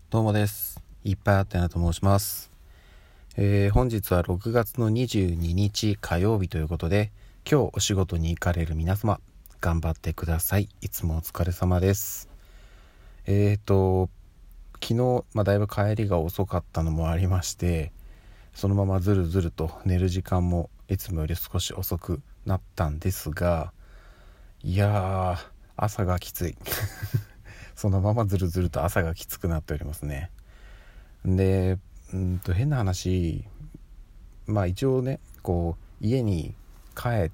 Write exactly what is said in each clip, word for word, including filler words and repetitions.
どうもです。いっぱいあってなと申します。えー、本日はろくがつのにじゅうににち火曜日ということで、今日お仕事に行かれる皆様、頑張ってください。いつもお疲れ様です。えーと、昨日、まあ、だいぶ帰りが遅かったのもありまして、そのままずるずると寝る時間もいつもより少し遅くなったんですが、いやー、朝がきつい。そのままずるずると朝がきつくなっておりますね。で、うんと変な話、まあ一応ね、こう家に帰って、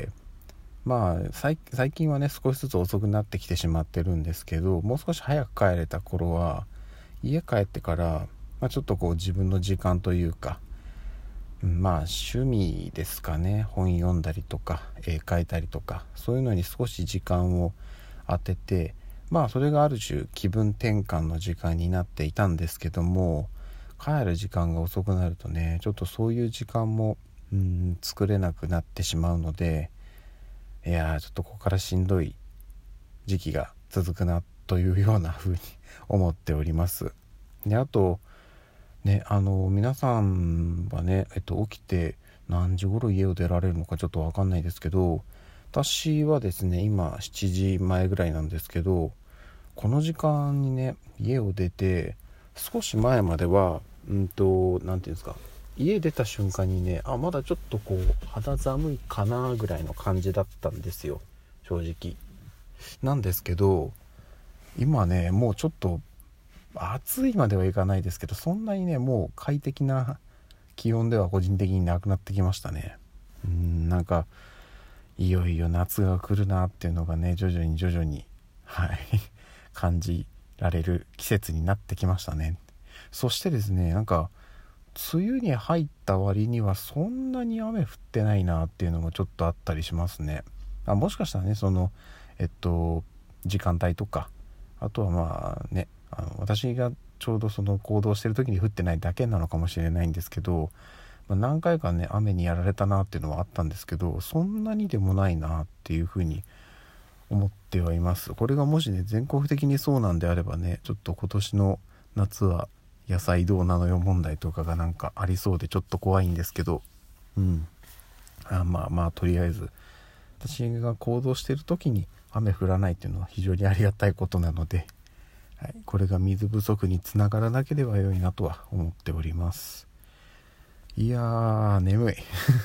まあ最最近はね少しずつ遅くなってきてしまってるんですけど、もう少し早く帰れた頃は家帰ってから、まあ、ちょっとこう自分の時間というか、まあ趣味ですかね、本読んだりとか絵描いたりとか、そういうのに少し時間を当てて、まあそれがある種気分転換の時間になっていたんですけども、帰る時間が遅くなるとね、ちょっとそういう時間もうん作れなくなってしまうので、いやーちょっとここからしんどい時期が続くなというような風に思っております。で、あとね、あの皆さんはね、えっと、起きて何時頃家を出られるのかちょっと分かんないですけど、私はですね今しちじまえぐらいなんですけど、この時間にね家を出て、少し前まではうんとなんていうんですか、家出た瞬間にね、あまだちょっとこう肌寒いかなぐらいの感じだったんですよ、正直。なんですけど、今ねもうちょっと暑いまではいかないですけど、そんなにねもう快適な気温では個人的になくなってきましたね。うーんなんかいよいよ夏が来るなっていうのがね、徐々に徐々にはい感じられる季節になってきましたね。そしてですね、なんか梅雨に入った割にはそんなに雨降ってないなっていうのもちょっとあったりしますね。あもしかしたらね、そのえっと時間帯とか、あとはまあね、あの私がちょうどその行動してる時に降ってないだけなのかもしれないんですけど、まあ、何回かね雨にやられたなっていうのはあったんですけど、そんなにでもないなっていうふうに思ってはいます。これがもしね全国的にそうなんであればね、ちょっと今年の夏は野菜どうなのよ問題とかがなんかありそうでちょっと怖いんですけど、うんあまあまあとりあえず私が行動している時に雨降らないっていうのは非常にありがたいことなので、はい、これが水不足につながらなければ良いなとは思っております。いやー眠い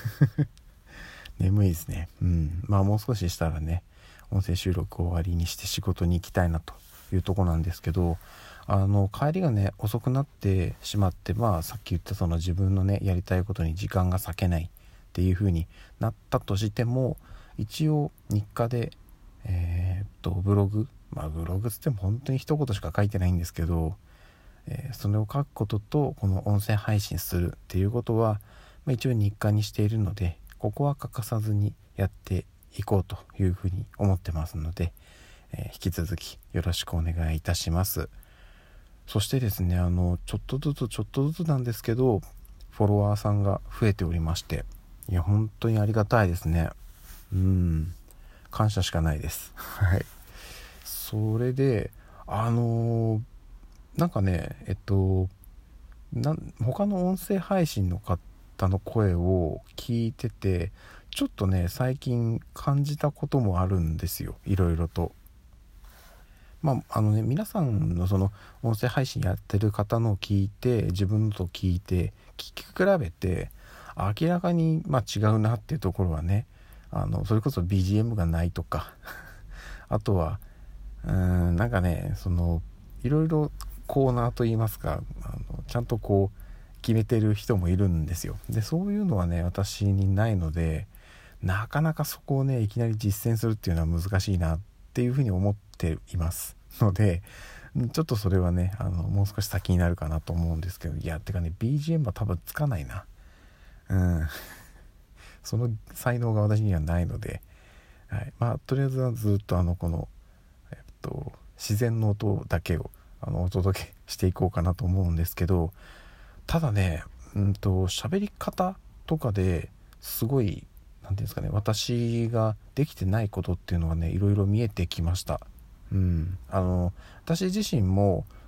眠いですね。うんまあもう少ししたらね音声収録を終わりにして仕事に行きたいなというとこなんですけど、あの帰りがね遅くなってしまって、まあさっき言ったその自分のねやりたいことに時間が割けないっていう風になったとしても、一応日課でえー、っとブログ、まあブログつっても本当に一言しか書いてないんですけど、えー、それを書くこととこの音声配信するっていうことは、まあ、一応日課にしているので、ここは欠かさずにやっていこうというふうに思ってますので、えー、引き続きよろしくお願いいたします。そしてですね、あのちょっとずつちょっとずつなんですけどフォロワーさんが増えておりまして、いや本当にありがたいですね。うん感謝しかないですはい。それであのー、なんかねえっとなん他の音声配信の方の声を聞いてて、ちょっとね最近感じたこともあるんですよ、いろいろと。まああのね、皆さんのその音声配信やってる方のを聞いて、自分のと聞いて聞き比べて明らかにまあ違うなっていうところはね、あのそれこそ ビージーエム がないとかあとはうーんなんかね、そのいろいろコーナーといいますか、あのちゃんとこう決めてる人もいるんですよ。でそういうのはね私にないので、なかなかそこをねいきなり実践するっていうのは難しいなっていうふうに思っていますので、ちょっとそれはねあのもう少し先になるかなと思うんですけど、いやてかね ビージーエム は多分つかないな。うんその才能が私にはないので、はい、まあとりあえずはずっとあのこのえっと自然の音だけをあのお届けしていこうかなと思うんですけど、ただねうんと喋り方とかですごいなんていうんですかね、私ができてないことっていうのはねいろいろ見えてきました。うんあの私自身も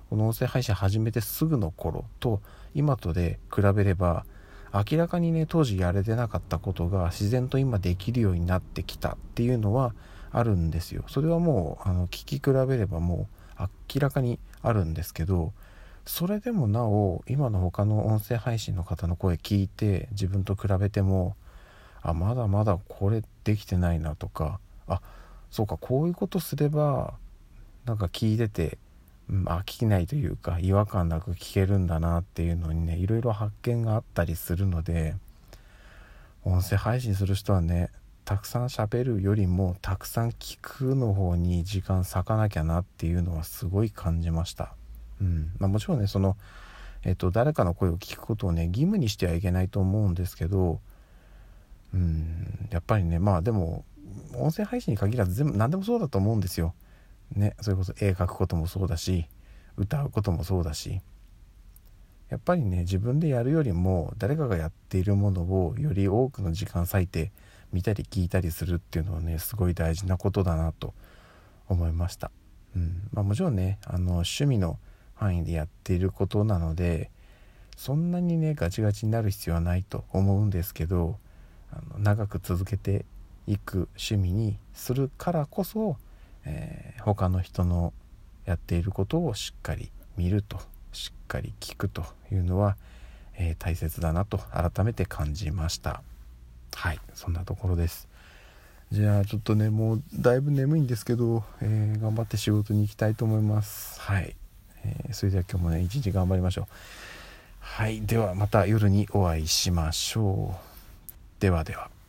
この音声配信始めてすぐの頃と今とで比べれば、明らかにね当時やれてなかったことが自然と今できるようになってきたっていうのはあるんですよ。それはもうあの聞き比べればもう明らかにあるんですけど、それでもなお今の他の音声配信の方の声聞いて自分と比べても、あまだまだこれできてないなとか、あそうかこういうことすればなんか聞いてて、うん、飽きないというか違和感なく聞けるんだなっていうのにねいろいろ発見があったりするので、音声配信する人はねたくさん喋るよりもたくさん聞くの方に時間割かなきゃなっていうのはすごい感じました。うんまあ、もちろんねその、えっと、誰かの声を聞くことをね義務にしてはいけないと思うんですけど、うんやっぱりねまあでも音声配信に限らず全部何でもそうだと思うんですよ。ね、それこそ絵描くこともそうだし歌うこともそうだし、やっぱりね自分でやるよりも誰かがやっているものをより多くの時間割いて見たり聞いたりするっていうのはねすごい大事なことだなと思いました。うんまあ、もちろんねあの趣味の範囲でやっていることなのでそんなにねガチガチになる必要はないと思うんですけど、あの長く続けていく趣味にするからこそ、えー、他の人のやっていることをしっかり見るとしっかり聞くというのは、えー、大切だなと改めて感じました。はい、そんなところです。じゃあちょっとねもうだいぶ眠いんですけど、えー、頑張って仕事に行きたいと思います。はい、えー、それでは今日もね一日頑張りましょう。はい、ではまた夜にお会いしましょう。ではでは。